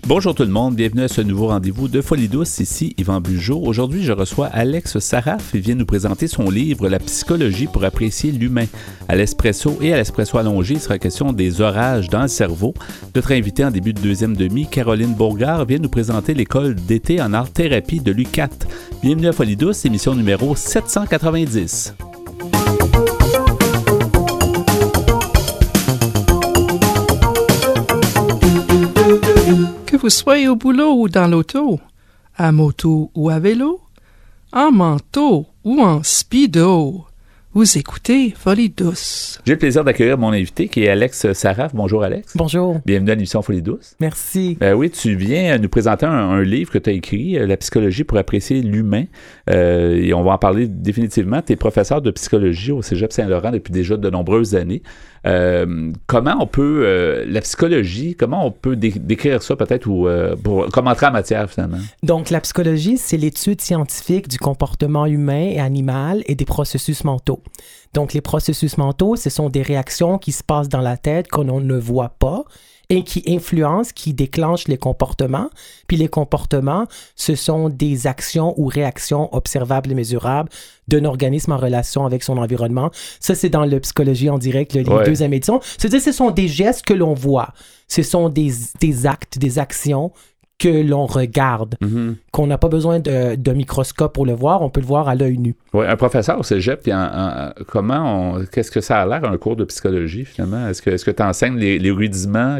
Bonjour tout le monde, bienvenue à ce nouveau rendez-vous de Folie douce, ici Yvan Bugeaud. Aujourd'hui, je reçois Alex Saraf. Il vient nous présenter son livre « La psychologie pour apprécier l'humain ». À l'espresso et à l'espresso allongé, il sera question des orages dans le cerveau. Notre invitée en début de deuxième demi, Caroline Bourgard, vient nous présenter l'école d'été en art-thérapie de l'UQAT. Bienvenue à Folie douce, émission numéro 790. Que vous soyez au boulot ou dans l'auto, à moto ou à vélo, en manteau ou en speedo, vous écoutez Folie douce. J'ai le plaisir d'accueillir mon invité qui est Alex Saraf. Bonjour Alex. Bonjour. Bienvenue à l'émission Folie douce. Merci. Oui, tu viens nous présenter un livre que tu as écrit, La psychologie pour apprécier l'humain. Et on va en parler définitivement. Tu es professeur de psychologie au Cégep Saint-Laurent depuis déjà de nombreuses années. Comment on peut, la psychologie, comment on peut décrire ça peut-être comme entrer en matière finalement? Donc, la psychologie, c'est l'étude scientifique du comportement humain et animal et des processus mentaux. Donc, les processus mentaux, ce sont des réactions qui se passent dans la tête qu'on ne voit pas et qui influencent, qui déclenchent les comportements. Puis les comportements, ce sont des actions ou réactions observables et mesurables d'un organisme en relation avec son environnement. Ça, c'est dans le Psychologie en direct, le livre deuxième édition. C'est-à-dire, ce sont des gestes que l'on voit. Ce sont des actes, des actions que l'on regarde, qu'on n'a pas besoin de microscope pour le voir, on peut le voir à l'œil nu. Oui, un professeur au cégep, qu'est-ce que ça a l'air un cours de psychologie finalement? Est-ce que tu enseignes les rudiments?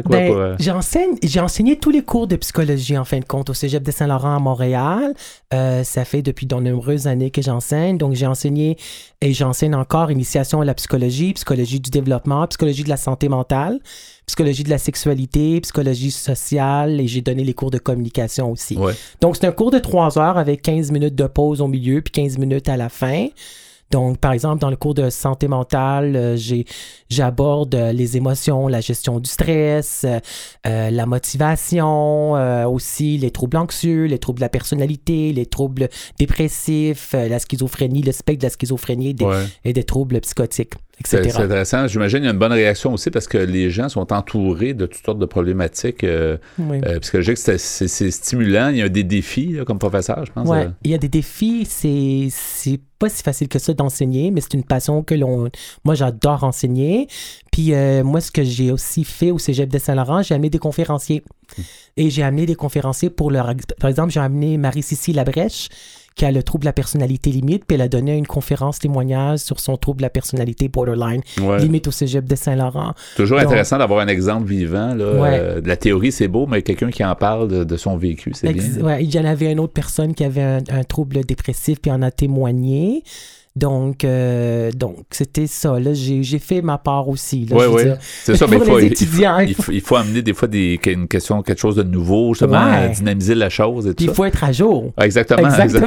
J'ai enseigné tous les cours de psychologie en fin de compte au Cégep de Saint-Laurent à Montréal. Ça fait depuis de nombreuses années que j'enseigne. Donc j'ai enseigné et j'enseigne encore initiation à la psychologie, psychologie du développement, psychologie de la santé mentale, psychologie de la sexualité, psychologie sociale et j'ai donné les cours de communication aussi. Ouais. Donc, c'est un cours de 3 heures avec 15 minutes de pause au milieu puis 15 minutes à la fin. Donc, par exemple, dans le cours de santé mentale, j'aborde les émotions, la gestion du stress, la motivation, aussi les troubles anxieux, les troubles de la personnalité, les troubles dépressifs, la schizophrénie, le spectre de la schizophrénie et des troubles psychotiques. C'est intéressant. J'imagine qu'il y a une bonne réaction aussi parce que les gens sont entourés de toutes sortes de problématiques psychologiques. C'est stimulant. Il y a des défis là, comme professeur, je pense. Oui, il y a des défis. C'est pas si facile que ça d'enseigner, mais c'est une passion que moi, j'adore enseigner. Puis moi, ce que j'ai aussi fait au Cégep de Saint-Laurent, j'ai amené des conférenciers. Et j'ai amené des conférenciers par exemple, j'ai amené Marie-Cécile Labrèche, qui a le trouble de la personnalité limite, puis elle a donné une conférence témoignage sur son trouble de la personnalité borderline limite au Cégep de Saint-Laurent. Toujours intéressant d'avoir un exemple vivant. Là, de la théorie, c'est beau, mais quelqu'un qui en parle de son vécu, c'est bien. Ouais, il y en avait une autre personne qui avait un trouble dépressif, puis en a témoigné. Donc, c'était ça. Là, j'ai fait ma part aussi. Oui. C'est ça, mais il faut amener des fois une question, quelque chose de nouveau, justement, dynamiser la chose et tout ça. Il faut être à jour. Exactement.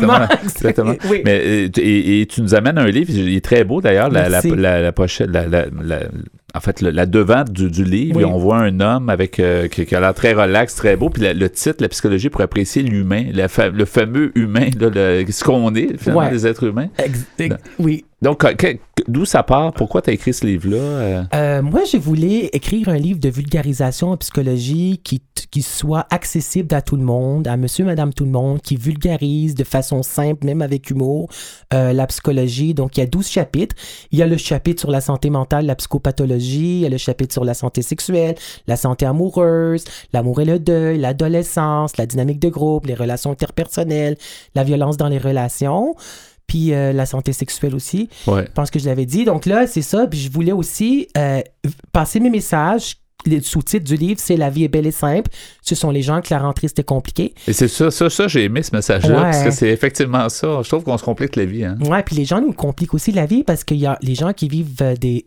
Oui. Mais, et tu nous amènes un livre, il est très beau d'ailleurs, la pochette, en fait, la devant du livre, et on voit un homme qui a l'air très relax, très beau, puis le titre, La psychologie pour apprécier l'humain, le fameux humain, là, ce qu'on est, finalement, les êtres humains. Oui. Donc, d'où ça part? Pourquoi tu as écrit ce livre-là? Moi, je voulais écrire un livre de vulgarisation en psychologie qui soit accessible à tout le monde, à monsieur, madame, tout le monde, qui vulgarise de façon simple, même avec humour, la psychologie. Donc, il y a 12 chapitres. Il y a le chapitre sur la santé mentale, la psychopathologie. Il y a le chapitre sur la santé sexuelle, la santé amoureuse, l'amour et le deuil, l'adolescence, la dynamique de groupe, les relations interpersonnelles, la violence dans les relations. Puis la santé sexuelle aussi. Je pense que je l'avais dit. Donc là, c'est ça. Puis je voulais aussi passer mes messages. Le sous-titre du livre, c'est « La vie est belle et simple ». Ce sont les gens que la rentrée, c'était compliqué. Et c'est ça, j'ai aimé ce message-là, parce que c'est effectivement ça. Je trouve qu'on se complique la vie. Hein? Oui, puis les gens nous compliquent aussi la vie parce qu'il y a les gens qui vivent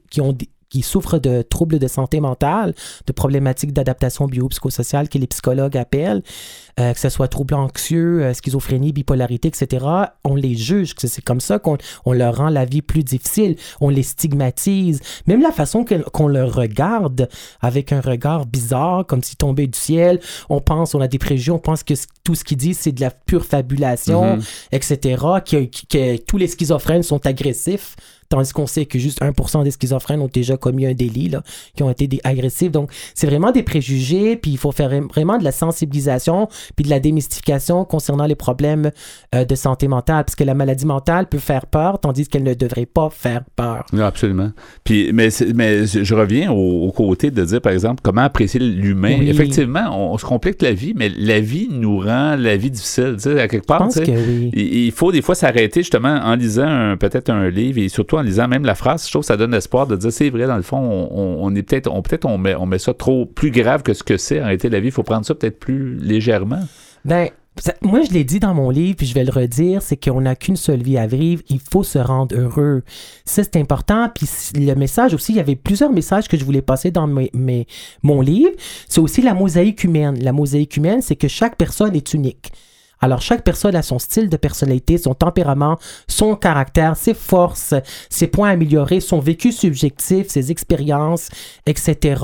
qui souffrent de troubles de santé mentale, de problématiques d'adaptation biopsychosociale que les psychologues appellent, que ce soit troubles anxieux, schizophrénie, bipolarité, etc., on les juge. C'est comme ça qu'on leur rend la vie plus difficile. On les stigmatise. Même la façon qu'on leur regarde avec un regard bizarre, comme s'ils tombaient du ciel, on a des préjugés, on pense que tout ce qu'ils disent, c'est de la pure fabulation, etc., que tous les schizophrènes sont agressifs. tandis qu'on sait que juste 1% des schizophrènes ont déjà commis un délit, là, qui ont été agressifs. Donc, c'est vraiment des préjugés, puis il faut faire vraiment de la sensibilisation, puis de la démystification concernant les problèmes de santé mentale, parce que la maladie mentale peut faire peur, tandis qu'elle ne devrait pas faire peur. Oui, absolument. Puis, mais je reviens au côté de dire, par exemple, comment apprécier l'humain. Oui. Effectivement, on se complique la vie, mais la vie nous rend la vie difficile. Tu sais, à quelque part, je pense que oui. Il faut des fois s'arrêter justement en lisant peut-être un livre et surtout en lisant même la phrase. Je trouve que ça donne l'espoir de dire, c'est vrai, dans le fond, on met ça trop plus grave que ce que c'est. En réalité, la vie, il faut prendre ça peut-être plus légèrement. Ben, moi, je l'ai dit dans mon livre, puis je vais le redire, c'est qu'on n'a qu'une seule vie à vivre, il faut se rendre heureux. Ça, c'est important. Puis le message aussi, il y avait plusieurs messages que je voulais passer dans mon livre. C'est aussi la mosaïque humaine. La mosaïque humaine, c'est que chaque personne est unique. Alors, chaque personne a son style de personnalité, son tempérament, son caractère, ses forces, ses points améliorés, son vécu subjectif, ses expériences, etc.,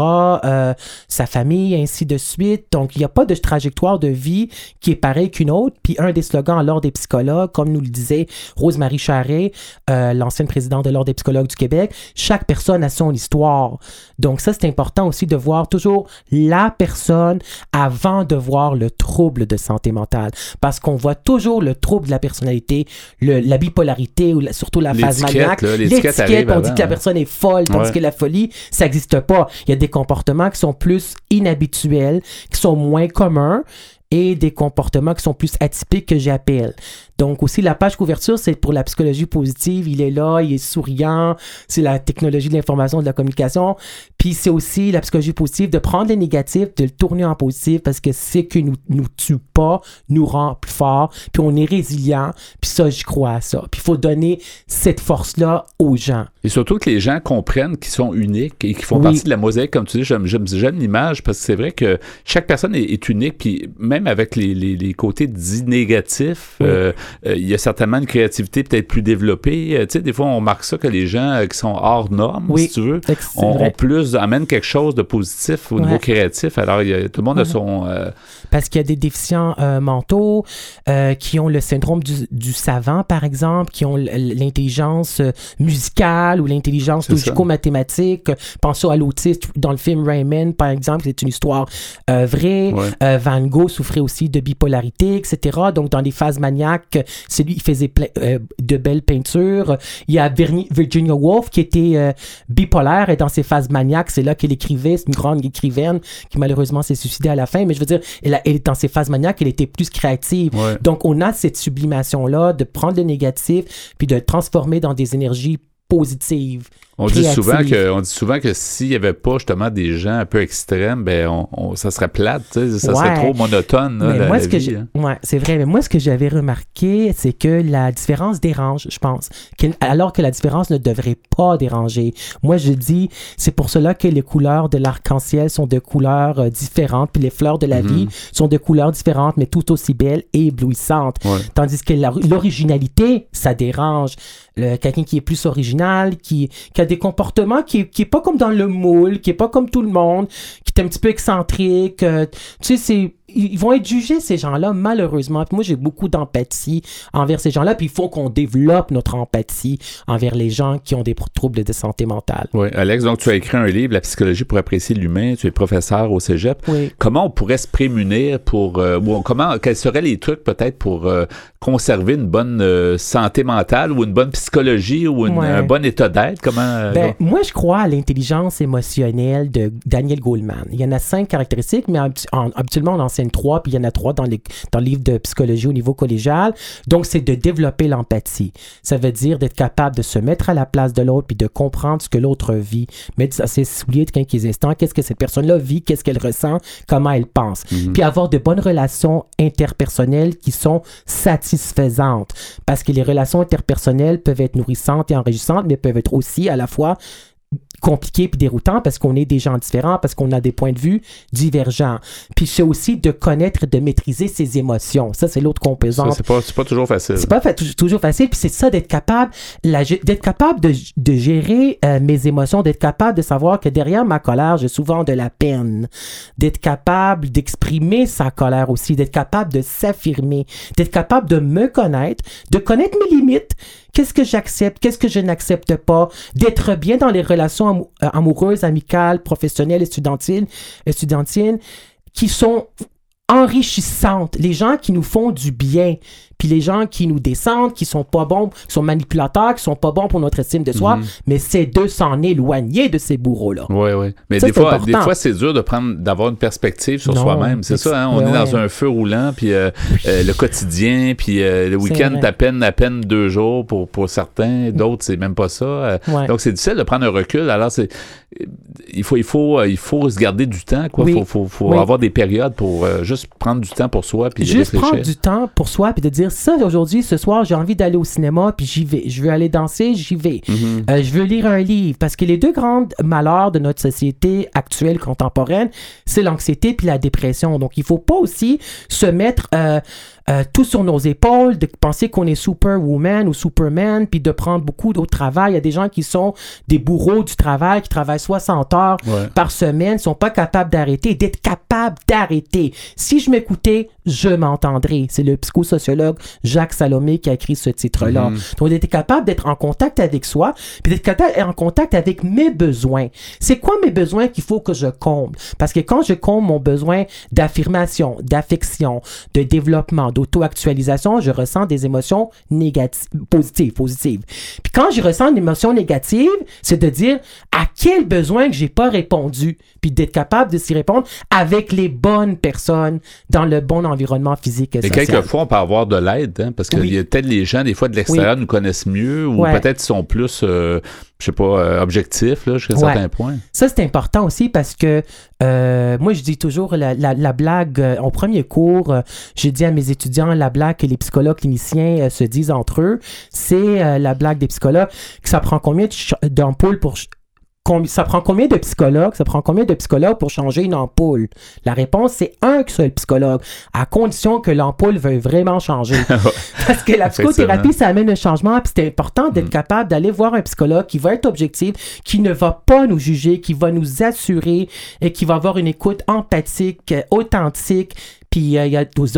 sa famille, ainsi de suite. Donc, il n'y a pas de trajectoire de vie qui est pareille qu'une autre. Puis, un des slogans à l'Ordre des psychologues, comme nous le disait Rose-Marie Charest, l'ancienne présidente de l'Ordre des psychologues du Québec, chaque personne a son histoire. Donc, ça, c'est important aussi de voir toujours la personne avant de voir le trouble de santé mentale. Parce qu'on voit toujours le trouble de la personnalité, la bipolarité ou surtout la phase maniaque. L'étiquette, on dit que la personne est folle, tandis que la folie, ça n'existe pas. Il y a des comportements qui sont plus inhabituels, qui sont moins communs, et des comportements qui sont plus atypiques que j'appelle. Donc aussi, la page couverture, c'est pour la psychologie positive. Il est là, il est souriant. C'est la technologie de l'information, de la communication. Puis c'est aussi la psychologie positive, de prendre les négatifs, de le tourner en positif, parce que c'est que nous tue pas, nous rend plus fort, puis on est résilient. Puis ça, je crois à ça. Puis il faut donner cette force-là aux gens. Et surtout que les gens comprennent qu'ils sont uniques et qu'ils font partie de la mosaïque, comme tu dis. J'aime l'image, parce que c'est vrai que chaque personne est unique, puis même avec les côtés dits négatifs, il y a certainement une créativité peut-être plus développée. Tu sais, des fois, on remarque ça que les gens qui sont hors normes, si tu veux, amènent quelque chose de positif au niveau créatif. Alors, tout le monde a son... Parce qu'il y a des déficients mentaux qui ont le syndrome du savant, par exemple, qui ont l'intelligence musicale ou l'intelligence logico-mathématique. Pensons à l'autiste dans le film Rayman, par exemple, c'est une histoire vraie. Van Gogh souffrait aussi de bipolarité, etc. Donc, dans les phases maniaques, c'est lui qui faisait de belles peintures. Il y a Virginia Woolf qui était bipolaire et dans ses phases maniaques, c'est là qu'elle écrivait. C'est une grande écrivaine qui malheureusement s'est suicidée à la fin. Mais je veux dire, elle dans ses phases maniaques, elle était plus créative. Donc, on a cette sublimation-là de prendre le négatif puis de le transformer dans des énergies positives. On dit souvent que s'il n'y avait pas justement des gens un peu extrêmes, ben ça serait plate, ça serait trop monotone la vie. C'est vrai, mais moi ce que j'avais remarqué, c'est que la différence dérange, je pense, alors que la différence ne devrait pas déranger. Moi je dis, c'est pour cela que les couleurs de l'arc-en-ciel sont de couleurs différentes, puis les fleurs de la vie sont de couleurs différentes, mais tout aussi belles et éblouissantes. Tandis que l'originalité, ça dérange. Quelqu'un qui est plus original, qui a des comportements qui est pas comme dans le moule, qui est pas comme tout le monde, qui est un petit peu excentrique. Tu sais, ils vont être jugés, ces gens-là, malheureusement. Puis moi, j'ai beaucoup d'empathie envers ces gens-là. Puis il faut qu'on développe notre empathie envers les gens qui ont des troubles de santé mentale. Oui, Alex, donc tu as écrit un livre, La psychologie pour apprécier l'humain. Tu es professeur au Cégep. Oui. Comment on pourrait se prémunir quels seraient les trucs peut-être pour conserver une bonne santé mentale ou une bonne psychologie ou un bon état d'être? Moi, je crois à l'intelligence émotionnelle de Daniel Goleman. Il y en a 5 caractéristiques, mais habituellement, on enseigne 3, puis il y en a 3 dans le livre de psychologie au niveau collégial. Donc, c'est de développer l'empathie. Ça veut dire d'être capable de se mettre à la place de l'autre puis de comprendre ce que l'autre vit. Mettre à ses souliers de quelques instants, qu'est-ce que cette personne-là vit, qu'est-ce qu'elle ressent, comment elle pense. Puis avoir de bonnes relations interpersonnelles qui sont satisfaisantes. Parce que les relations interpersonnelles peuvent être nourrissantes et enrichissantes, mais peuvent être aussi à la fois compliqué puis déroutant parce qu'on est des gens différents, parce qu'on a des points de vue divergents. Puis c'est aussi de connaître et de maîtriser ses émotions. Ça, c'est l'autre composante. Ça, c'est pas toujours facile. C'est pas toujours facile, puis c'est ça d'être capable de gérer mes émotions, d'être capable de savoir que derrière ma colère, j'ai souvent de la peine. D'être capable d'exprimer sa colère aussi, d'être capable de s'affirmer, d'être capable de me connaître, de connaître mes limites, qu'est-ce que j'accepte, qu'est-ce que je n'accepte pas, d'être bien dans les relations amoureuses, amicales, professionnelles, estudiantines, qui sont enrichissantes, les gens qui nous font du bien, puis les gens qui nous descendent, qui sont pas bons, qui sont manipulateurs, qui sont pas bons pour notre estime de soi, mais c'est de s'en éloigner de ces bourreaux-là. Oui. Mais ça, des fois, c'est dur d'avoir une perspective sur soi-même. C'est ça, hein? On est dans un feu roulant, puis le quotidien, puis le week-end, à peine 2 jours pour certains, d'autres, c'est même pas ça. Donc, c'est difficile de prendre un recul. Alors, il faut se garder du temps, quoi. Il faut avoir des périodes pour juste prendre du temps pour soi, puis juste réfléchir. Prendre du temps pour soi, puis de dire ça, aujourd'hui, ce soir, j'ai envie d'aller au cinéma, puis j'y vais. Je veux aller danser, j'y vais. Je veux lire un livre, parce que les 2 grands malheurs de notre société actuelle, contemporaine, c'est l'anxiété puis la dépression. Donc, il faut pas aussi se mettre tout sur nos épaules, de penser qu'on est superwoman ou superman, puis de prendre beaucoup d'autres travail. Il y a des gens qui sont des bourreaux du travail, qui travaillent 60 heures par semaine, sont pas capables d'arrêter, d'être capables d'arrêter. Si je m'écoutais, je m'entendrais. C'est le psychosociologue Jacques Salomé qui a écrit ce titre-là. Donc, d'être capable d'être en contact avec soi, puis d'être capable d'être en contact avec mes besoins. C'est quoi mes besoins qu'il faut que je comble? Parce que quand je comble mon besoin d'affirmation, d'affection, de développement, d'auto-actualisation, je ressens des émotions négatives, positives. Puis quand je ressens une émotion négative, c'est de dire à quel besoin que j'ai pas répondu, puis d'être capable de s'y répondre avec les bonnes personnes dans le bon environnement physique et social. Et quelquefois, on peut avoir de l'aide, hein, parce qu'il y a peut-être les gens, des fois, de l'extérieur nous connaissent mieux, ou peut-être ils sont plus, objectifs, là, jusqu'à certains points. Ça, c'est important aussi parce que moi, je dis toujours la blague, au premier cours, je dis à mes étudiants la blague que les psychologues cliniciens se disent entre eux, c'est la blague des psychologues, que ça prend combien d'ampoules pour... Ça prend combien de psychologues pour changer une ampoule? La réponse, c'est un seul psychologue, à condition que l'ampoule veuille vraiment changer. Parce que la psychothérapie, ça amène un changement, puis c'est important d'être capable d'aller voir un psychologue qui va être objectif, qui ne va pas nous juger, qui va nous assurer et qui va avoir une écoute empathique, authentique. Puis il y a des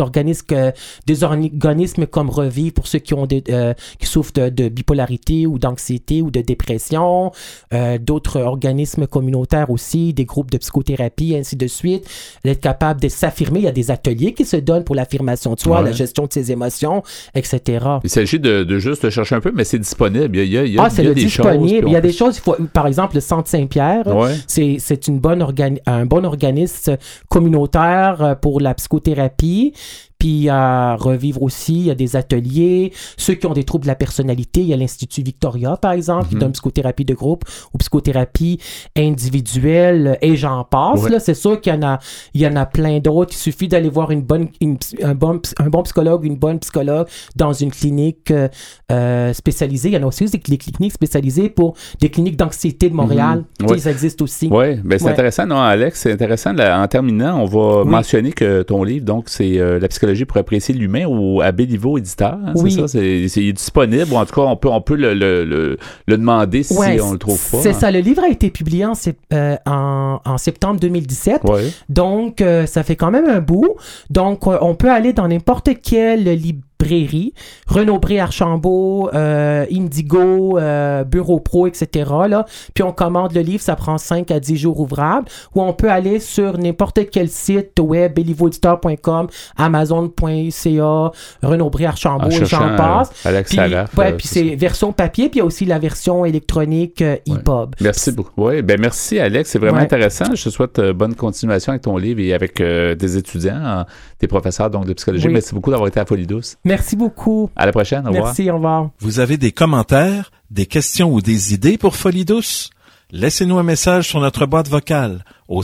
organismes comme Revivre pour ceux qui souffrent de bipolarité ou d'anxiété ou de dépression, d'autres organismes communautaires aussi, des groupes de psychothérapie, ainsi de suite. D'être capable de s'affirmer, il y a des ateliers qui se donnent pour l'affirmation de soi, la gestion de ses émotions, etc. Il s'agit de juste chercher un peu, mais c'est disponible. Il y a c'est des disponible. choses. Il y a des choses, par exemple, le Centre Saint-Pierre, c'est un bon organisme communautaire pour la psychothérapie. Puis à Revivre aussi, il y a des ateliers. Ceux qui ont des troubles de la personnalité, il y a l'Institut Victoria, par exemple, qui donne psychothérapie de groupe ou psychothérapie individuelle, et j'en passe. Là, c'est sûr qu'il y en a plein d'autres. Il suffit d'aller voir un bon psychologue, une bonne psychologue dans une clinique spécialisée. Il y en a aussi des cliniques spécialisées pour des cliniques d'anxiété de Montréal. Ça existe aussi. Oui, ben c'est intéressant, non, Alex? C'est intéressant. Là, en terminant, on va mentionner que ton livre, donc, c'est La psychologie pour apprécier l'humain à Béliveau Éditeur. Hein, c'est ça? Il est disponible, ou en tout cas, on peut le demander si on le trouve pas. C'est ça. Le livre a été publié en septembre 2017. Donc, ça fait quand même un bout. Donc, on peut aller dans n'importe quel librairie, Renaud-Bré, Archambault, Indigo, Bureau Pro, etc. Là. Puis on commande le livre, ça prend 5 à 10 jours ouvrables, ou on peut aller sur n'importe quel site web, bélivoediteur.com, amazon.ca, Renaud-Bré, Archambault, et j'en passe. Puis c'est version papier, puis il y a aussi la version électronique EPUB. Merci beaucoup. Merci Alex, c'est vraiment intéressant. Je te souhaite bonne continuation avec ton livre et avec tes étudiants, tes professeurs donc de psychologie. Merci beaucoup d'avoir été à Folie Douce. Merci beaucoup. À la prochaine. Au revoir. Merci, au revoir. Vous avez des commentaires, des questions ou des idées pour Folie Douce? Laissez-nous un message sur notre boîte vocale au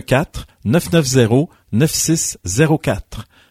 514-990-9604.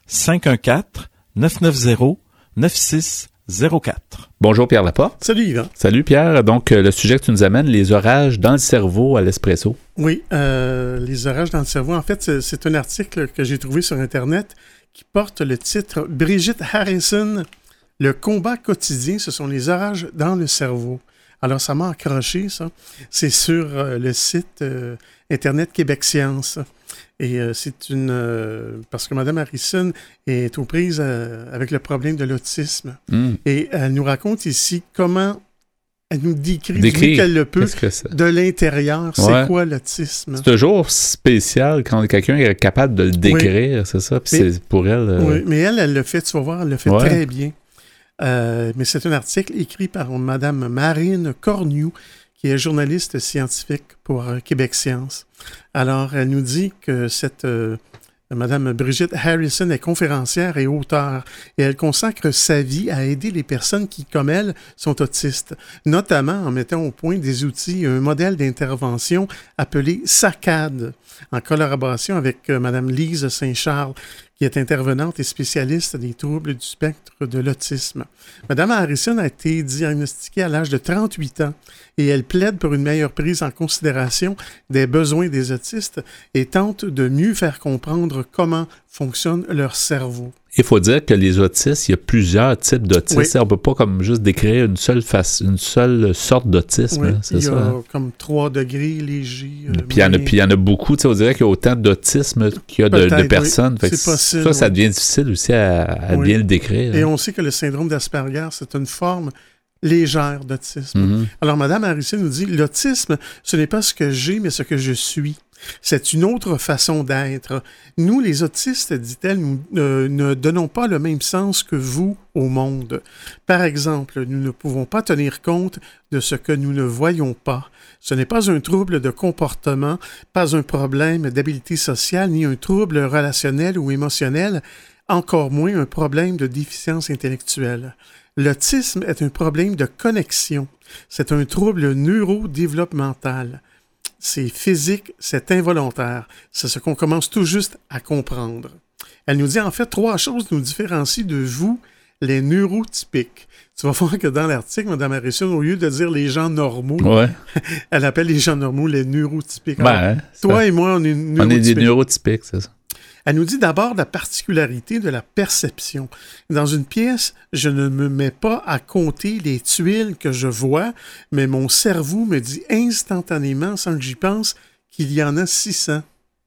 514-990-9604. Bonjour Pierre Laporte. Salut Yvan. Salut Pierre. Donc le sujet que tu nous amènes, les orages dans le cerveau à l'espresso. Oui, les orages dans le cerveau. En fait, c'est un article que j'ai trouvé sur Internet qui porte le titre « Brigitte Harrison, le combat quotidien, ce sont les orages dans le cerveau ». Alors, ça m'a accroché, ça. C'est sur le site Internet Québec Science. Et c'est parce que Mme Harrison est aux prises avec le problème de l'autisme. Et elle nous raconte ici comment elle nous décrit du mieux qu'elle le peut de l'intérieur. C'est quoi l'autisme? C'est toujours spécial quand quelqu'un est capable de le décrire, c'est ça? Puis c'est pour elle... Oui, mais elle le fait, tu vas voir, elle le fait très bien. Mais c'est un article écrit par Mme Marine Cornu, qui est journaliste scientifique pour Québec Science. Alors, elle nous dit que Mme Brigitte Harrison est conférencière et auteure et elle consacre sa vie à aider les personnes qui, comme elle, sont autistes, notamment en mettant au point des outils et un modèle d'intervention appelé SACAD, en collaboration avec Mme Lise Saint-Charles, qui est intervenante et spécialiste des troubles du spectre de l'autisme. Mme Harrison a été diagnostiquée à l'âge de 38 ans et elle plaide pour une meilleure prise en considération des besoins des autistes et tente de mieux faire comprendre comment fonctionne leur cerveau. Il faut dire que les autistes, il y a plusieurs types d'autistes. Oui. On ne peut pas comme juste décrire une seule sorte d'autisme. Oui, hein, c'est il y a ça, comme 3 degrés légers. Puis il y en a beaucoup. On dirait qu'il y a autant d'autisme qu'il y a de personnes. Oui, c'est possible. Ça devient difficile aussi à bien le décrire. Et on sait que le syndrome d'Asperger, c'est une forme légère d'autisme. Mm-hmm. Alors, Mme Harrison nous dit, l'autisme, ce n'est pas ce que j'ai, mais ce que je suis. C'est une autre façon d'être. Nous, les autistes, dit-elle, nous ne donnons pas le même sens que vous au monde. Par exemple, nous ne pouvons pas tenir compte de ce que nous ne voyons pas. Ce n'est pas un trouble de comportement, pas un problème d'habileté sociale, ni un trouble relationnel ou émotionnel, encore moins un problème de déficience intellectuelle. L'autisme est un problème de connexion. C'est un trouble neurodéveloppemental. C'est physique, c'est involontaire. C'est ce qu'on commence tout juste à comprendre. Elle nous dit en fait 3 choses nous différencient de vous, les neurotypiques. Tu vas voir que dans l'article, Mme Harrison, au lieu de dire les gens normaux, elle appelle les gens normaux les neurotypiques. Alors, toi et moi, on est neurotypiques. On est des neurotypiques, c'est ça. Elle nous dit d'abord la particularité de la perception. Dans une pièce, je ne me mets pas à compter les tuiles que je vois, mais mon cerveau me dit instantanément, sans que j'y pense, qu'il y en a 600.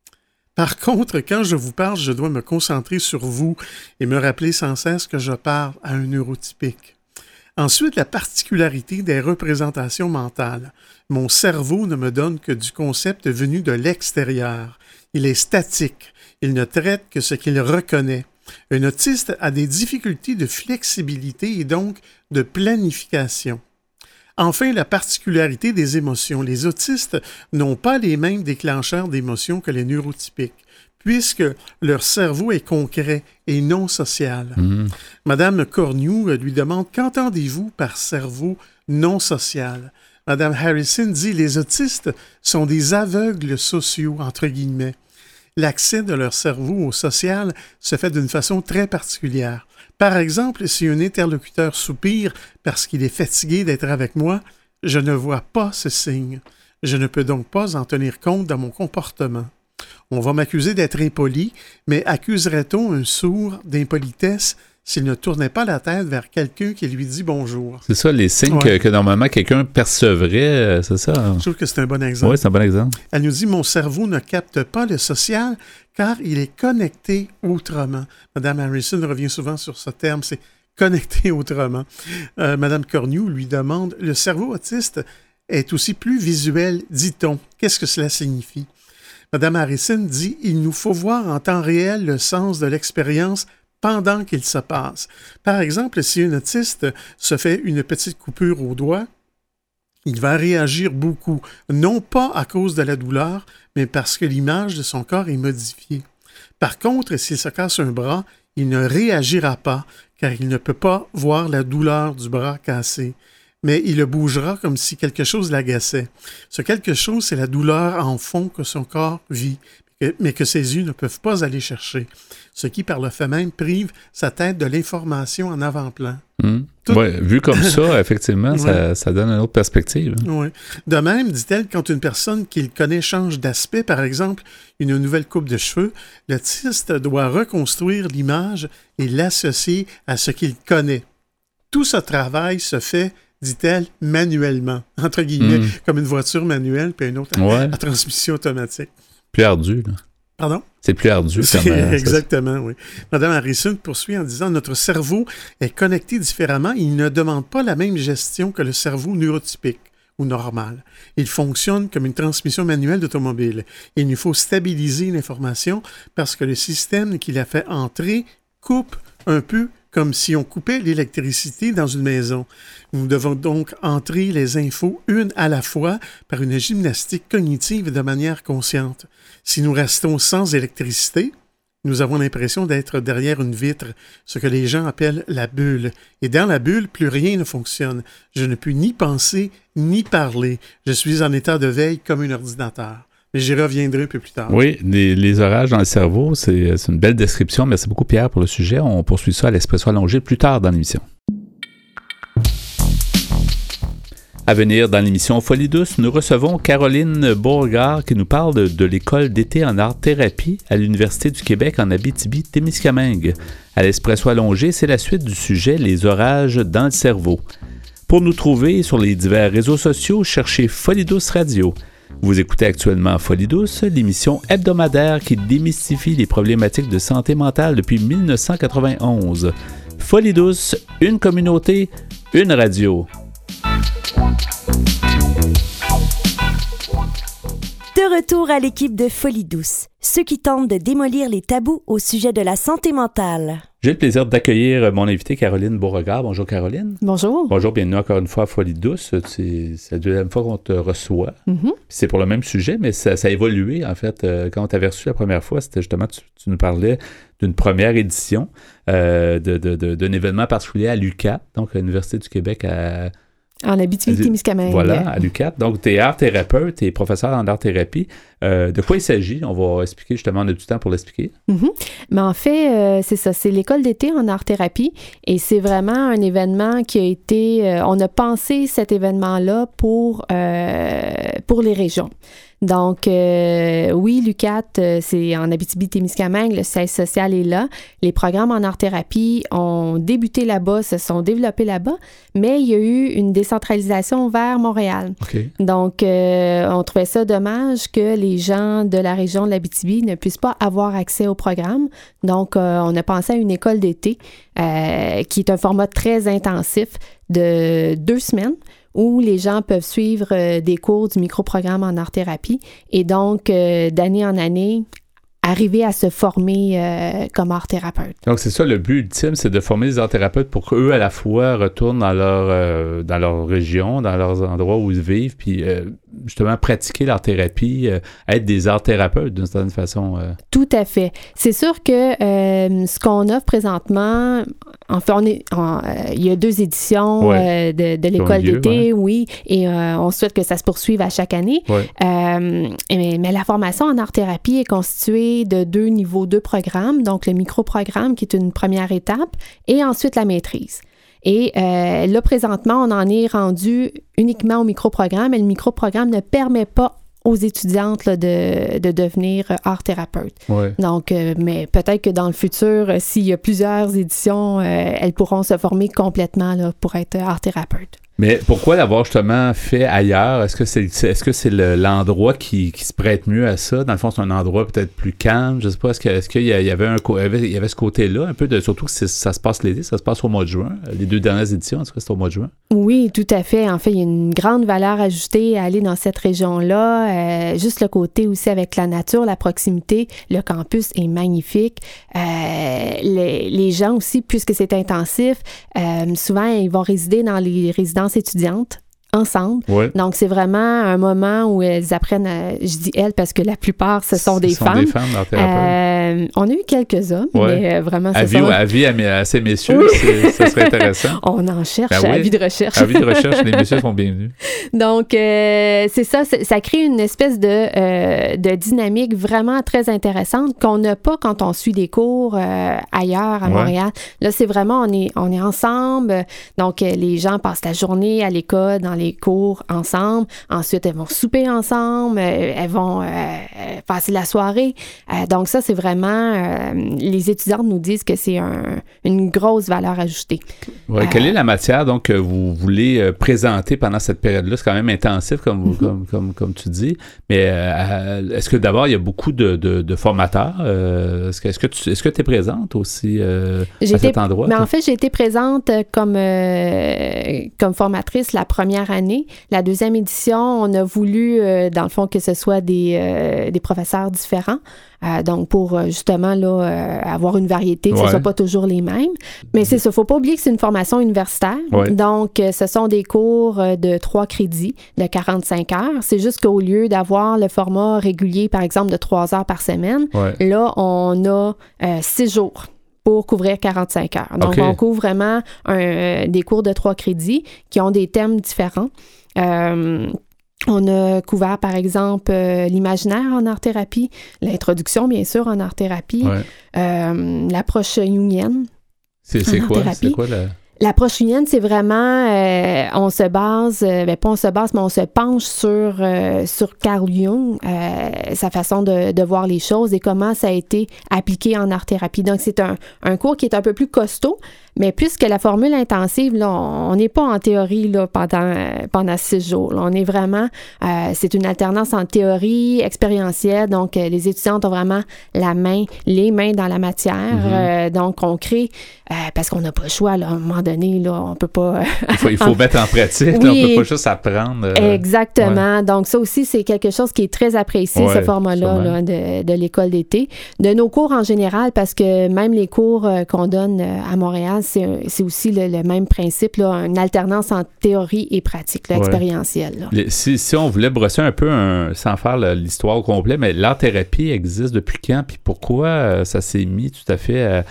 Par contre, quand je vous parle, je dois me concentrer sur vous et me rappeler sans cesse que je parle à un neurotypique. Ensuite, la particularité des représentations mentales. Mon cerveau ne me donne que du concept venu de l'extérieur. Il est statique. Il ne traite que ce qu'il reconnaît. Un autiste a des difficultés de flexibilité et donc de planification. Enfin, la particularité des émotions. Les autistes n'ont pas les mêmes déclencheurs d'émotions que les neurotypiques, puisque leur cerveau est concret et non social. Madame Cornu lui demande « Qu'entendez-vous par cerveau non social ?» Madame Harrison dit « Les autistes sont des aveugles sociaux, entre guillemets. L'accès de leur cerveau au social se fait d'une façon très particulière. Par exemple, si un interlocuteur soupire parce qu'il est fatigué d'être avec moi, je ne vois pas ce signe. Je ne peux donc pas en tenir compte dans mon comportement. On va m'accuser d'être impoli, mais accuserait-on un sourd d'impolitesse s'il ne tournait pas la tête vers quelqu'un qui lui dit bonjour? C'est ça, les signes que normalement quelqu'un percevrait, c'est ça? Je trouve que c'est un bon exemple. Oui, c'est un bon exemple. Elle nous dit « Mon cerveau ne capte pas le social car il est connecté autrement. » Mme Harrison revient souvent sur ce terme, c'est « connecté autrement ». Mme Cornu lui demande « Le cerveau autiste est aussi plus visuel, dit-on. Qu'est-ce que cela signifie? » Mme Harrison dit « Il nous faut voir en temps réel le sens de l'expérience pendant qu'il se passe. Par exemple, si un autiste se fait une petite coupure au doigt, il va réagir beaucoup, non pas à cause de la douleur, mais parce que l'image de son corps est modifiée. Par contre, s'il se casse un bras, il ne réagira pas, car il ne peut pas voir la douleur du bras cassé. Mais il le bougera comme si quelque chose l'agaçait. Ce quelque chose, c'est la douleur en fond que son corps vit, mais que ses yeux ne peuvent pas aller chercher, ce qui, par le fait même, prive sa tête de l'information en avant-plan. Oui, vu comme ça, effectivement, ça donne une autre perspective. Oui. De même, dit-elle, quand une personne qu'il connaît change d'aspect, par exemple, une nouvelle coupe de cheveux, l'autiste doit reconstruire l'image et l'associer à ce qu'il connaît. Tout ce travail se fait, dit-elle, manuellement, entre guillemets, comme une voiture manuelle puis une autre à transmission automatique. Plus ardu, là. Pardon? C'est plus ardu. Exactement, oui. Madame Harrison poursuit en disant « Notre cerveau est connecté différemment. Il ne demande pas la même gestion que le cerveau neurotypique ou normal. Il fonctionne comme une transmission manuelle d'automobile. Il nous faut stabiliser l'information parce que le système qui la fait entrer coupe un peu comme si on coupait l'électricité dans une maison. Nous devons donc entrer les infos une à la fois par une gymnastique cognitive de manière consciente. Si nous restons sans électricité, nous avons l'impression d'être derrière une vitre, ce que les gens appellent la bulle. Et dans la bulle, plus rien ne fonctionne. Je ne peux ni penser, ni parler. Je suis en état de veille comme un ordinateur. Mais j'y reviendrai un peu plus tard. Oui, les orages dans le cerveau, c'est une belle description. Merci beaucoup, Pierre, pour le sujet. On poursuit ça à l'Espresso allongé plus tard dans l'émission. À venir dans l'émission Folie douce, nous recevons Caroline Beauregard qui nous parle de l'école d'été en art-thérapie à l'Université du Québec en Abitibi-Témiscamingue. À l'Espresso allongé, c'est la suite du sujet « Les orages dans le cerveau ». Pour nous trouver sur les divers réseaux sociaux, cherchez Folie douce Radio. Vous écoutez actuellement Folie douce, l'émission hebdomadaire qui démystifie les problématiques de santé mentale depuis 1991. Folie douce, une communauté, une radio. De retour à l'équipe de Folie douce, ceux qui tentent de démolir les tabous au sujet de la santé mentale. J'ai le plaisir d'accueillir mon invitée Caroline Beauregard. Bonjour Caroline. Bonjour. Bonjour, bienvenue encore une fois à Folie douce. C'est la deuxième fois qu'on te reçoit. Mm-hmm. C'est pour le même sujet, mais ça a évolué en fait. Quand on t'avait reçu la première fois, c'était justement, tu nous parlais d'une première édition d'un événement particulier à l'UQAT, donc à l'Université du Québec en Abitibi-Témiscamingue. Voilà, à l'UQAT. Donc, tu es art-thérapeute, tu es professeur en art-thérapie. De quoi il s'agit? On va expliquer, justement, on a du temps pour l'expliquer. Mm-hmm. Mais en fait, c'est ça, c'est l'école d'été en art-thérapie et c'est vraiment un événement qui a été... on a pensé cet événement-là pour les régions. Donc, oui, l'UQAT, c'est en Abitibi-Témiscamingue, le siège social est là. Les programmes en art-thérapie ont débuté là-bas, se sont développés là-bas, mais il y a eu une décentralisation vers Montréal. Okay. Donc, on trouvait ça dommage que les gens de la région de l'Abitibi ne puissent pas avoir accès au programme. Donc, on a pensé à une école d'été qui est un format très intensif de 2 semaines, où les gens peuvent suivre des cours du microprogramme en art-thérapie et donc, d'année en année, arriver à se former comme art-thérapeute. Donc, c'est ça le but ultime, c'est de former des art-thérapeutes pour qu'eux, à la fois, retournent dans leur région, dans leurs endroits où ils vivent, puis justement pratiquer l'art-thérapie, être des art-thérapeutes d'une certaine façon. Tout à fait. C'est sûr que ce qu'on offre présentement, en fait, il y a 2 éditions de l'école d'été, oui, et on souhaite que ça se poursuive à chaque année. Ouais. Mais la formation en art-thérapie est constituée de 2 niveaux, 2 programmes, donc le micro-programme qui est une première étape, et ensuite la maîtrise. Et là, présentement, on en est rendu uniquement au micro-programme, et le micro-programme ne permet pas aux étudiantes là, de devenir art-thérapeute. Ouais. Donc, mais peut-être que dans le futur, s'il y a plusieurs éditions, elles pourront se former complètement là, pour être art-thérapeute. Mais pourquoi l'avoir justement fait ailleurs? Est-ce que c'est l'endroit qui se prête mieux à ça? Dans le fond, c'est un endroit peut-être plus calme. Je sais pas, est-ce qu'il y avait ce côté-là, un peu de, surtout que ça se passe l'été, ça se passe au mois de juin. Les 2 dernières éditions, en tout cas, c'était au mois de juin. Oui, tout à fait. En fait, il y a une grande valeur ajoutée à aller dans cette région-là. Juste le côté aussi avec la nature, la proximité. Le campus est magnifique. Les gens aussi, puisque c'est intensif, souvent, ils vont résider dans les résidences étudiantes ensemble. Ouais. Donc, c'est vraiment un moment où elles apprennent je dis elles parce que la plupart, ce sont des femmes. Des femmes, on a eu quelques hommes, mais vraiment, c'est ça. Avis à ces messieurs, oui. Ça serait intéressant. On en cherche, avis de recherche. Avis de recherche, les messieurs sont bienvenus. Donc, c'est ça, ça crée une espèce de dynamique vraiment très intéressante qu'on n'a pas quand on suit des cours ailleurs à Montréal. Là, c'est vraiment, on est ensemble. Donc, les gens passent la journée à l'école, dans les cours ensemble. Ensuite, elles vont souper ensemble. Elles vont passer la soirée. Donc ça, c'est vraiment... les étudiantes nous disent que c'est une grosse valeur ajoutée. Ouais, quelle est la matière donc, que vous voulez présenter pendant cette période-là? C'est quand même intensif, comme tu dis. Mais est-ce que d'abord, il y a beaucoup de formateurs? Est-ce que tu es présente aussi à cet endroit? Mais en fait, j'ai été présente comme formatrice la première année. La deuxième édition, on a voulu, dans le fond, que ce soit des professeurs différents. Donc, pour justement là, avoir une variété, que ce ne soit pas toujours les mêmes. Mais c'est ça, il ne faut pas oublier que c'est une formation universitaire. Ouais. Donc, ce sont des cours de 3 crédits de 45 heures. C'est juste qu'au lieu d'avoir le format régulier, par exemple, de 3 heures par semaine, là, on a 6 jours pour couvrir 45 heures. Donc, on couvre vraiment des cours de 3 crédits qui ont des thèmes différents. On a couvert, par exemple, l'imaginaire en art-thérapie, l'introduction, bien sûr, en art-thérapie, l'approche jungienne. C'est quoi L'approche jungienne, c'est vraiment, on se base, pas on se base, mais on se penche sur Carl Jung, sa façon de voir les choses et comment ça a été appliqué en art-thérapie. Donc, c'est un cours qui est un peu plus costaud, mais puisque la formule intensive, là, on n'est pas en théorie là, pendant 6 jours. Là. On est vraiment, c'est une alternance en théorie expérientielle. Donc, les étudiantes ont vraiment les mains dans la matière. Donc, on crée, parce qu'on n'a pas le choix, là, à un moment donné, là, on peut pas... il faut mettre en pratique, oui, là, on peut pas juste apprendre. Exactement. Ouais. Donc, ça aussi, c'est quelque chose qui est très apprécié, ce format-là là, de l'école d'été. De nos cours en général, parce que même les cours qu'on donne à Montréal, c'est aussi le même principe, là, une alternance en théorie et pratique, là, expérientielle. Là. Si on voulait brosser un peu, sans faire l'histoire au complet, mais l'art-thérapie existe depuis quand, puis pourquoi ça s'est mis tout à fait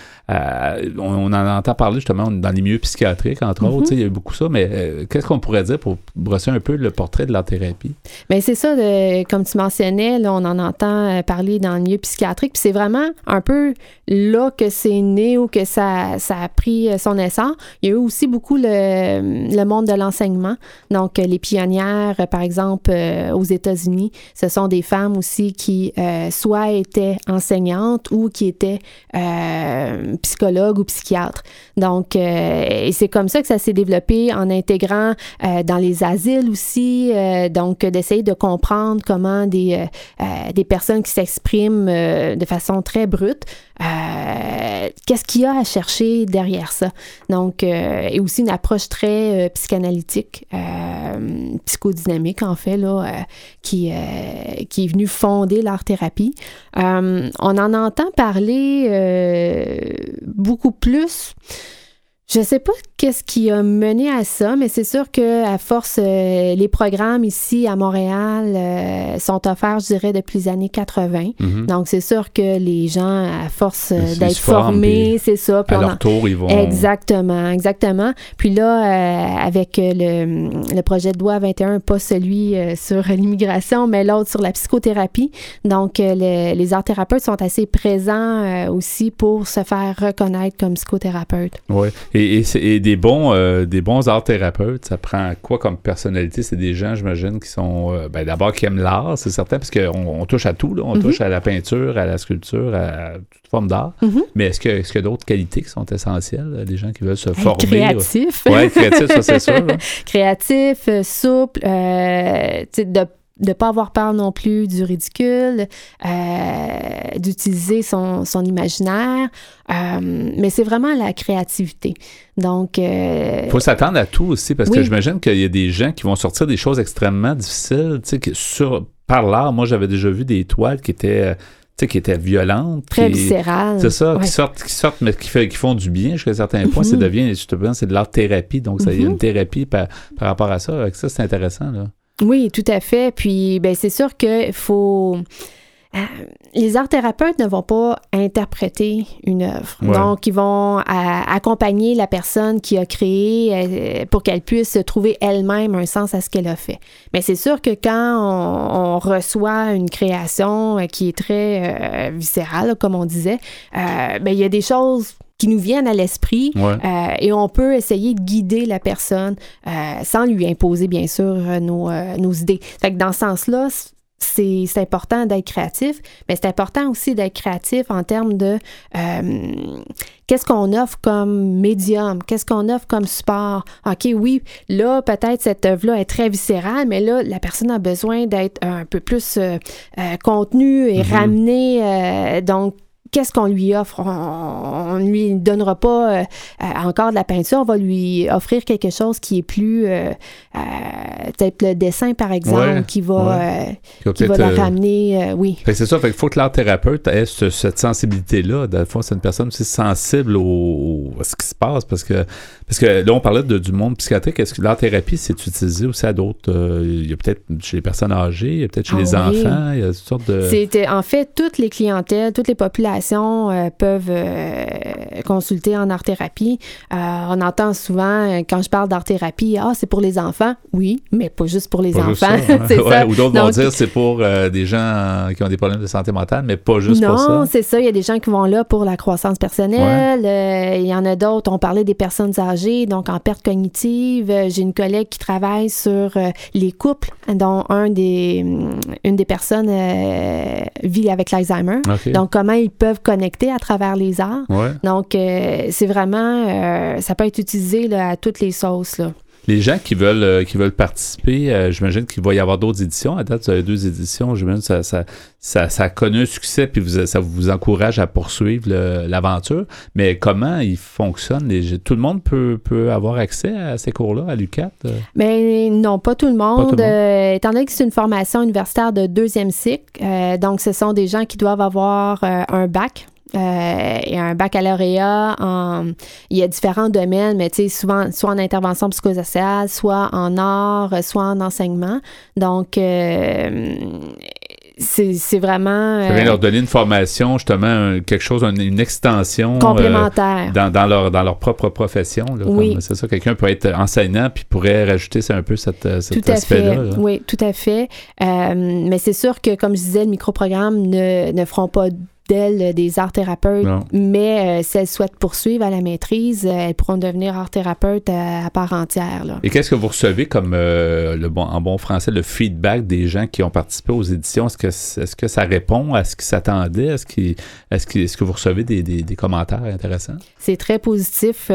on en entend parler justement dans les milieux psychiatriques, entre autres, il y a eu beaucoup ça, mais qu'est-ce qu'on pourrait dire pour brosser un peu le portrait de l'art-thérapie? Bien, c'est ça, comme tu mentionnais, là, on en entend parler dans le milieu psychiatrique, puis c'est vraiment un peu là que c'est né ou que ça a pris son essor. Il y a eu aussi beaucoup le monde de l'enseignement, donc les pionnières, par exemple, aux États-Unis, ce sont des femmes aussi qui soit étaient enseignantes ou qui étaient psychologue ou psychiatre. Donc, et c'est comme ça que ça s'est développé en intégrant dans les asiles aussi, donc d'essayer de comprendre comment des personnes qui s'expriment de façon très brute, qu'est-ce qu'il y a à chercher derrière ça. Donc, et aussi une approche très psychanalytique, psychodynamique en fait, là, qui est venue fonder l'art-thérapie. On en entend parler beaucoup plus. Je ne sais pas qu'est-ce qui a mené à ça, mais c'est sûr qu'à force, les programmes ici à Montréal sont offerts, je dirais, depuis les années 80. Donc, c'est sûr que les gens, à force d'être formés, c'est ça. Puis à leur tour, ils vont... Exactement. Puis là, avec le projet de loi 21, pas celui sur l'immigration, mais l'autre sur la psychothérapie. Donc, les art-thérapeutes sont assez présents aussi pour se faire reconnaître comme psychothérapeutes. Oui. Et des bons art-thérapeutes, ça prend quoi comme personnalité? C'est des gens, j'imagine, qui sont d'abord qui aiment l'art, c'est certain, parce qu'on touche à tout, là. On touche à la peinture, à la sculpture, à toute forme d'art. Mais est-ce qu'il y a d'autres qualités qui sont essentielles, des gens qui veulent se former? Créatif. Oui, créatif, ça c'est sûr. Là. Créatif, souple, de ne pas avoir peur non plus du ridicule, d'utiliser son imaginaire, mais c'est vraiment la créativité. Donc... Il faut s'attendre à tout aussi, parce que j'imagine qu'il y a des gens qui vont sortir des choses extrêmement difficiles, tu sais, par l'art. Moi, j'avais déjà vu des toiles qui étaient violentes. Très viscérales. C'est ça, qui sortent, mais qui font du bien jusqu'à un certain point. Ça devient, justement, c'est de l'art-thérapie, donc il y a une thérapie par rapport à ça. Avec ça, c'est intéressant, là. Oui, tout à fait. Puis, c'est sûr qu'il faut... les art-thérapeutes ne vont pas interpréter une œuvre. Ouais. Donc, ils vont accompagner la personne qui a créé pour qu'elle puisse trouver elle-même un sens à ce qu'elle a fait. Mais c'est sûr que quand on reçoit une création qui est très viscérale, comme on disait, il y a des choses qui nous viennent à l'esprit et on peut essayer de guider la personne sans lui imposer, bien sûr, nos idées. Fait que dans ce sens-là, c'est important d'être créatif, mais c'est important aussi d'être créatif en termes de qu'est-ce qu'on offre comme médium, qu'est-ce qu'on offre comme support. OK, oui, là, peut-être cette œuvre-là est très viscérale, mais là, la personne a besoin d'être un peu plus contenue et ramenée. Donc, qu'est-ce qu'on lui offre? On ne lui donnera pas encore de la peinture, on va lui offrir quelque chose qui est plus peut-être le dessin, par exemple, qui va la ramener, Fait que c'est ça, fait qu'il faut que l'art-thérapeute ait cette sensibilité-là. Dans le fond, c'est une personne aussi sensible à ce qui se passe, parce que là, on parlait du monde psychiatrique. Est-ce que l'art-thérapie, c'est utilisé aussi à d'autres... il y a peut-être chez les personnes âgées, il y a peut-être chez les enfants, il y a toutes sortes de... En fait, toutes les clientèles, toutes les populations peuvent consulter en art-thérapie. On entend souvent, quand je parle d'art-thérapie, c'est pour les enfants. Oui, mais pas juste pour les enfants. C'est ça. Ou d'autres vont dire c'est pour des gens qui ont des problèmes de santé mentale, mais pas juste pour ça. Non, c'est ça. Il y a des gens qui vont là pour la croissance personnelle. Il y en a d'autres. On parlait des personnes âgées, donc en perte cognitive. J'ai une collègue qui travaille sur les couples, dont une des personnes vit avec l'Alzheimer. Okay. Donc, comment ils peuvent connecter à travers les arts. Donc, c'est vraiment... ça peut être utilisé là, à toutes les sauces, là. Les gens qui veulent participer, j'imagine qu'il va y avoir d'autres éditions. À date, vous avez 2 éditions. J'imagine que ça a connu un succès, puis ça vous encourage à poursuivre l'aventure. Mais comment il fonctionne? Tout le monde peut avoir accès à ces cours-là, à l'UQAT? Mais non, pas tout le monde. Étant donné que c'est une formation universitaire de 2e cycle, donc ce sont des gens qui doivent avoir un bac. Et un baccalauréat il y a différents domaines, mais tu sais, souvent soit en intervention psychosociale, soit en art, soit en enseignement. Donc c'est vraiment... Ça vient leur donner une formation, justement, quelque chose, une extension... complémentaire. Dans leur propre profession. Là, c'est ça, quelqu'un peut être enseignant puis pourrait rajouter un peu cet aspect-là. Là. Oui, tout à fait. Mais c'est sûr que, comme je disais, le microprogramme ne feront pas d'elles des art-thérapeutes, mais si elles souhaitent poursuivre à la maîtrise, elles pourront devenir art-thérapeutes à part entière. Là. Et qu'est-ce que vous recevez comme, en bon français, le feedback des gens qui ont participé aux éditions? Est-ce que ça répond à ce qu'ils s'attendaient? Est-ce que vous recevez des commentaires intéressants? C'est très positif,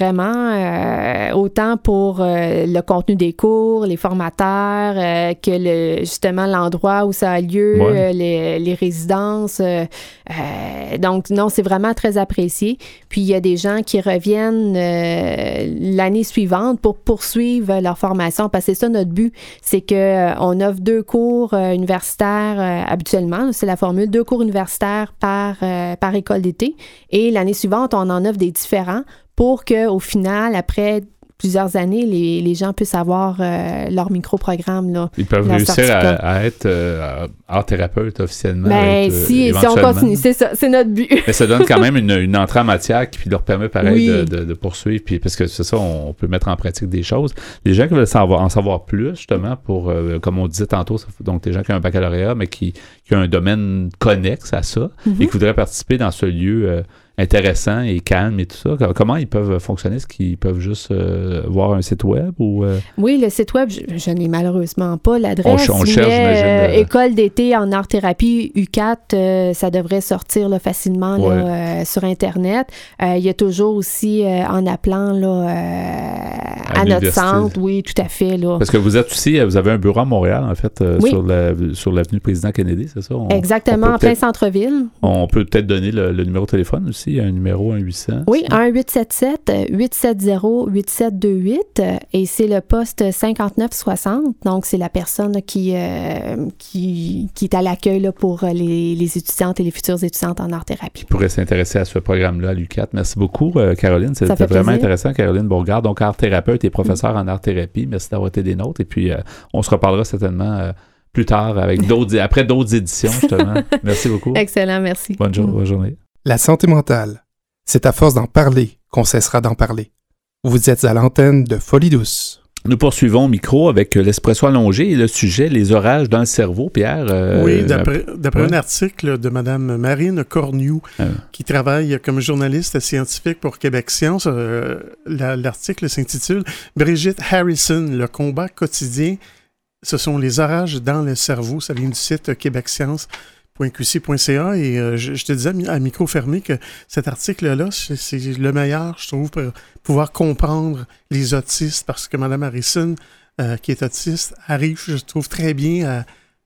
vraiment, autant pour le contenu des cours, les formateurs, que justement l'endroit où ça a lieu, les résidences. Donc, non, c'est vraiment très apprécié. Puis, il y a des gens qui reviennent l'année suivante pour poursuivre leur formation, parce que c'est ça notre but, c'est qu'on offre 2 cours universitaires habituellement, c'est la formule, 2 cours universitaires par école d'été, et l'année suivante, on en offre des différents pour qu'au final, après plusieurs années, les gens puissent avoir leur micro-programme. Là, ils peuvent réussir à être art-thérapeute officiellement. Ben, si on continue, c'est ça, c'est notre but. Mais ça donne quand même une entrée en matière qui leur permet pareil de poursuivre, puis, parce que c'est ça, on peut mettre en pratique des choses. Les gens qui veulent en savoir plus, justement, pour, comme on disait tantôt, donc des gens qui ont un baccalauréat, mais qui ont un domaine connexe à ça, et qui voudraient participer dans ce lieu intéressant et calme et tout ça. Comment ils peuvent fonctionner? Est-ce qu'ils peuvent juste voir un site web? Ou Oui, le site web, je n'ai malheureusement pas l'adresse. On cherche, j'imagine. École d'été en art-thérapie, UQAT, ça devrait sortir là, facilement là, sur Internet. Il y a toujours aussi, en appelant là, à notre centre, oui, tout à fait. Là. Parce que vous êtes aussi, vous avez un bureau à Montréal, en fait, sur l'avenue Président Kennedy, c'est ça? Exactement, en plein centre-ville. On peut peut-être donner le numéro de téléphone aussi. Il y a un numéro 1-800. Oui, 1-877-870-8728 et c'est le poste 5960. Donc, c'est la personne qui est à l'accueil là, pour les étudiantes et les futures étudiantes en art-thérapie. Qui pourraient s'intéresser à ce programme-là à l'UQAT. Merci beaucoup, Caroline. C'était vraiment intéressant. Caroline Bourgard, donc art-thérapeute et professeure en art-thérapie. Merci d'avoir été des nôtres. Et puis, on se reparlera certainement plus tard après d'autres éditions, justement. Merci beaucoup. Excellent, merci. Bonne journée. La santé mentale, c'est à force d'en parler qu'on cessera d'en parler. Vous êtes à l'antenne de Folie douce. Nous poursuivons au micro avec l'espresso allongé et le sujet, les orages dans le cerveau, Pierre. Oui, d'après un article de Mme Marine Cornu, qui travaille comme journaliste scientifique pour Québec Science. L'article s'intitule « Brigitte Harrison, le combat quotidien, ce sont les orages dans le cerveau ». Ça vient du site québecScience.qc.ca et je te disais à micro fermé que cet article-là, c'est le meilleur, je trouve, pour pouvoir comprendre les autistes, parce que Mme Harrison, qui est autiste, arrive, je trouve, très bien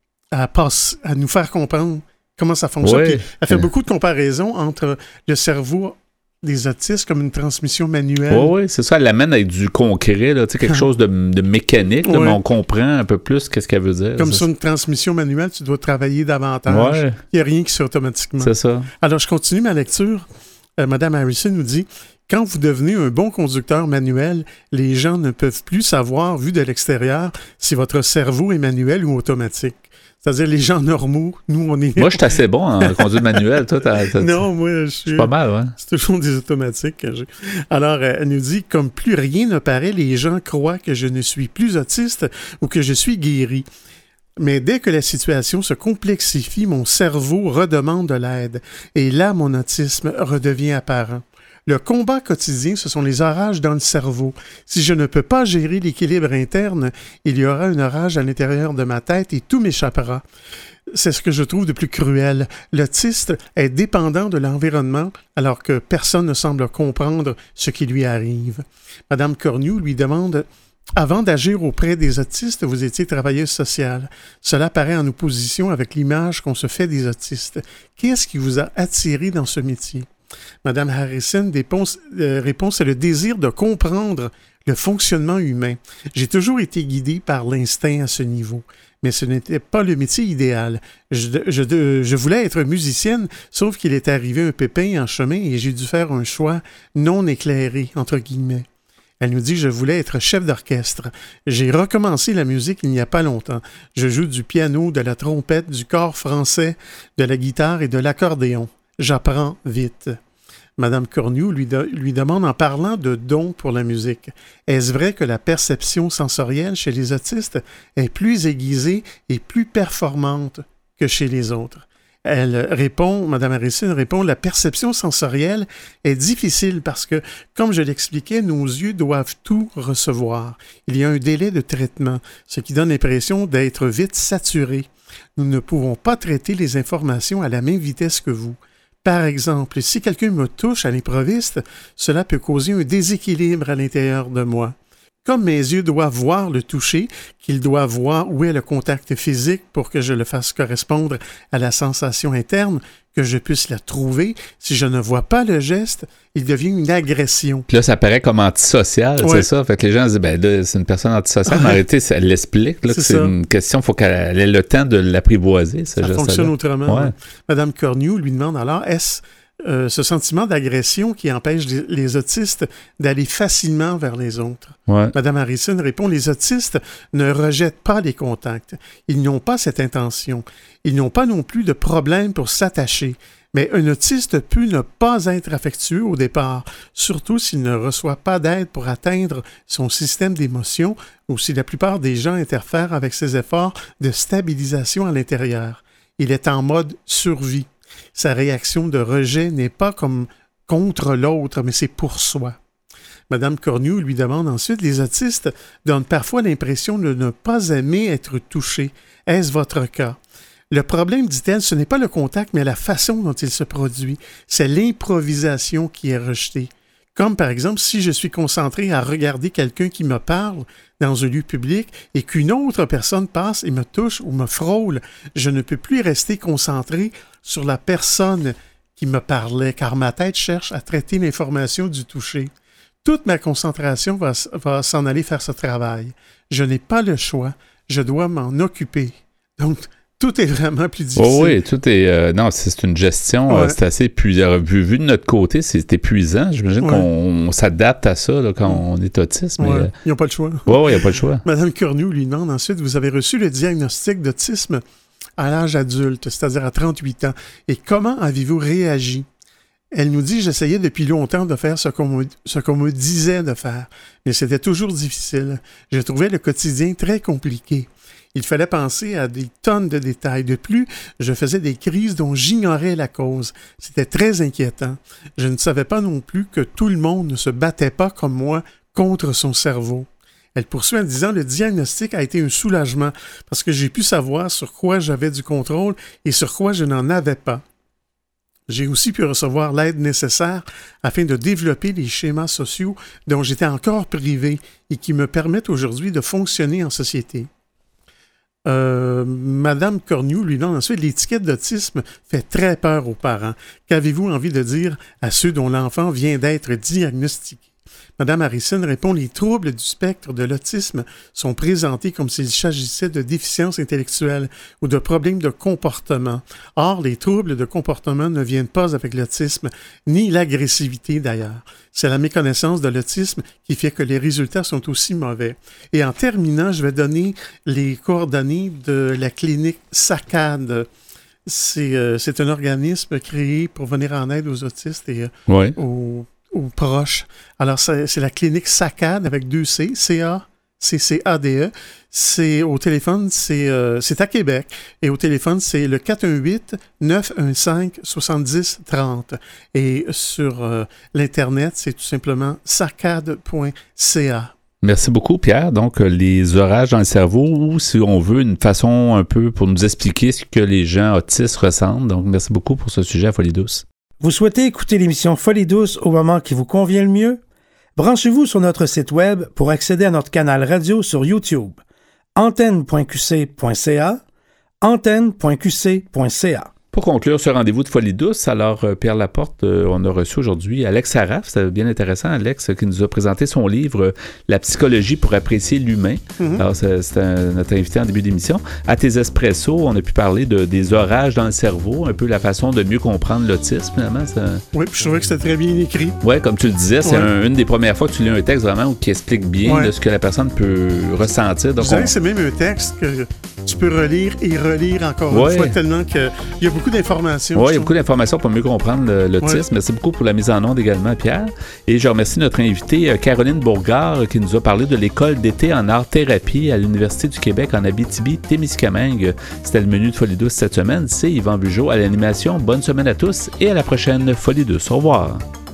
à nous faire comprendre comment ça fonctionne. Ouais. Elle fait beaucoup de comparaisons entre le cerveau des autistes comme une transmission manuelle. Oui, c'est ça. Elle l'amène avec du concret, là, quelque chose de mécanique, là, mais on comprend un peu plus qu'est-ce qu'elle veut dire. Comme sur une transmission manuelle, tu dois travailler davantage. Ouais. Il n'y a rien qui se fait automatiquement. C'est ça. Alors, je continue ma lecture. Mme Harrison nous dit « Quand vous devenez un bon conducteur manuel, les gens ne peuvent plus savoir, vu de l'extérieur, si votre cerveau est manuel ou automatique. » C'est-à-dire, les gens normaux, nous, on est... Moi, je suis assez bon en conduite manuelle. Toi, Non, moi, je suis... pas mal, ouais. C'est toujours des automatiques que j'ai. Alors, elle nous dit « Comme plus rien ne paraît, les gens croient que je ne suis plus autiste ou que je suis guéri. Mais dès que la situation se complexifie, mon cerveau redemande de l'aide. Et là, mon autisme redevient apparent. Le combat quotidien, ce sont les orages dans le cerveau. Si je ne peux pas gérer l'équilibre interne, il y aura un orage à l'intérieur de ma tête et tout m'échappera. C'est ce que je trouve de plus cruel. L'autiste est dépendant de l'environnement alors que personne ne semble comprendre ce qui lui arrive. Madame Cornu lui demande... Avant d'agir auprès des autistes, vous étiez travailleuse sociale. Cela paraît en opposition avec l'image qu'on se fait des autistes. Qu'est-ce qui vous a attiré dans ce métier? Madame Harrison répond, c'est le désir de comprendre le fonctionnement humain. J'ai toujours été guidée par l'instinct à ce niveau, mais ce n'était pas le métier idéal. Je voulais être musicienne, sauf qu'il est arrivé un pépin en chemin et j'ai dû faire un choix non éclairé, entre guillemets. Elle nous dit « Je voulais être chef d'orchestre. J'ai recommencé la musique il n'y a pas longtemps. Je joue du piano, de la trompette, du cor français, de la guitare et de l'accordéon. J'apprends vite. » Madame Cornu lui demande en parlant de dons pour la musique. Est-ce vrai que la perception sensorielle chez les autistes est plus aiguisée et plus performante que chez les autres? Elle répond, Mme Harrison répond, la perception sensorielle est difficile parce que, comme je l'expliquais, nos yeux doivent tout recevoir. Il y a un délai de traitement, ce qui donne l'impression d'être vite saturé. Nous ne pouvons pas traiter les informations à la même vitesse que vous. Par exemple, si quelqu'un me touche à l'improviste, cela peut causer un déséquilibre à l'intérieur de moi. Comme mes yeux doivent voir le toucher, qu'ils doivent voir où est le contact physique pour que je le fasse correspondre à la sensation interne, que je puisse la trouver, si je ne vois pas le geste, il devient une agression. Puis là, ça paraît comme antisocial, ouais. C'est ça? Fait que les gens disent, ben là, c'est une personne antisociale, mais arrêtez, elle l'explique, là, que c'est une question, il faut qu'elle ait le temps de l'apprivoiser. Ça fonctionne autrement. Ouais. Madame Cornu lui demande alors, est-ce ce sentiment d'agression qui empêche les autistes d'aller facilement vers les autres? Ouais. Madame Harrison répond, les autistes ne rejettent pas les contacts. Ils n'ont pas cette intention. Ils n'ont pas non plus de problème pour s'attacher. Mais un autiste peut ne pas être affectueux au départ, surtout s'il ne reçoit pas d'aide pour atteindre son système d'émotion ou si la plupart des gens interfèrent avec ses efforts de stabilisation à l'intérieur. Il est en mode survie. Sa réaction de rejet n'est pas comme contre l'autre, mais c'est pour soi. Madame Cornu lui demande ensuite, les autistes donnent parfois l'impression de ne pas aimer être touchés. Est-ce votre cas? Le problème, dit-elle, ce n'est pas le contact, mais la façon dont il se produit. C'est l'improvisation qui est rejetée. Comme par exemple, si je suis concentré à regarder quelqu'un qui me parle dans un lieu public et qu'une autre personne passe et me touche ou me frôle, je ne peux plus rester concentré sur la personne qui me parlait, car ma tête cherche à traiter l'information du toucher. Toute ma concentration va s'en aller faire ce travail. Je n'ai pas le choix, je dois m'en occuper. Donc, tout est vraiment plus difficile. Oh oui, tout est... non, c'est une gestion, c'est assez épuisant. Vu de notre côté, c'est épuisant. J'imagine qu'on s'adapte à ça là, quand on est autiste. Mais, ils n'ont pas le choix. Oui, il n'y a pas le choix. Madame Cornu lui demande ensuite, vous avez reçu le diagnostic d'autisme à l'âge adulte, c'est-à-dire à 38 ans. Et comment avez-vous réagi? Elle nous dit « J'essayais depuis longtemps de faire ce qu'on me disait de faire, mais c'était toujours difficile. Je trouvais le quotidien très compliqué. Il fallait penser à des tonnes de détails. De plus, je faisais des crises dont j'ignorais la cause. C'était très inquiétant. Je ne savais pas non plus que tout le monde ne se battait pas comme moi contre son cerveau. » Elle poursuit en disant « Le diagnostic a été un soulagement parce que j'ai pu savoir sur quoi j'avais du contrôle et sur quoi je n'en avais pas. J'ai aussi pu recevoir l'aide nécessaire afin de développer les schémas sociaux dont j'étais encore privé et qui me permettent aujourd'hui de fonctionner en société. » Madame Cornu lui donne ensuite « L'étiquette d'autisme fait très peur aux parents. Qu'avez-vous envie de dire à ceux dont l'enfant vient d'être diagnostiqué? » Madame Harrison répond « Les troubles du spectre de l'autisme sont présentés comme s'il s'agissait de déficiences intellectuelles ou de problèmes de comportement. Or, les troubles de comportement ne viennent pas avec l'autisme, ni l'agressivité d'ailleurs. C'est la méconnaissance de l'autisme qui fait que les résultats sont aussi mauvais. » Et en terminant, je vais donner les coordonnées de la clinique SACAD. C'est un organisme créé pour venir en aide aux autistes et aux proches. Alors, c'est la clinique SACAD avec 2 C, C-A-C-C-A-D-E. C'est au téléphone, c'est à Québec. Et au téléphone, c'est le 418-915-7030. Et sur l'Internet, c'est tout simplement sacad.ca. Merci beaucoup, Pierre. Donc, les orages dans le cerveau, ou si on veut, une façon un peu pour nous expliquer ce que les gens autistes ressentent. Donc, merci beaucoup pour ce sujet à Folie Douce. Vous souhaitez écouter l'émission Folie Douce au moment qui vous convient le mieux? Branchez-vous sur notre site web pour accéder à notre canal radio sur YouTube. antenne.qc.ca, antenne.qc.ca. Pour conclure ce rendez-vous de Folie Douce, alors Pierre Laporte, on a reçu aujourd'hui Alex Saraf. C'était bien intéressant, Alex, qui nous a présenté son livre « La psychologie pour apprécier l'humain ». Alors, c'était notre invité en début d'émission. À tes espressos, on a pu parler des orages dans le cerveau, un peu la façon de mieux comprendre l'autisme, finalement. Oui, puis je trouvais que c'était très bien écrit. Oui, comme tu le disais, c'est une des premières fois que tu lis un texte vraiment qui explique bien de ce que la personne peut ressentir. Donc, c'est même un texte que tu peux relire et relire encore une fois, tellement qu'il y a beaucoup d'informations. Oui, il y a beaucoup d'informations pour mieux comprendre l'autisme. Ouais. Merci beaucoup pour la mise en onde également, Pierre. Et je remercie notre invitée, Caroline Bourgard, qui nous a parlé de l'école d'été en art-thérapie à l'Université du Québec en Abitibi-Témiscamingue. C'était le menu de Folie Douce cette semaine. C'est Yvan Bugeaud à l'animation. Bonne semaine à tous et à la prochaine Folie Douce. Au revoir.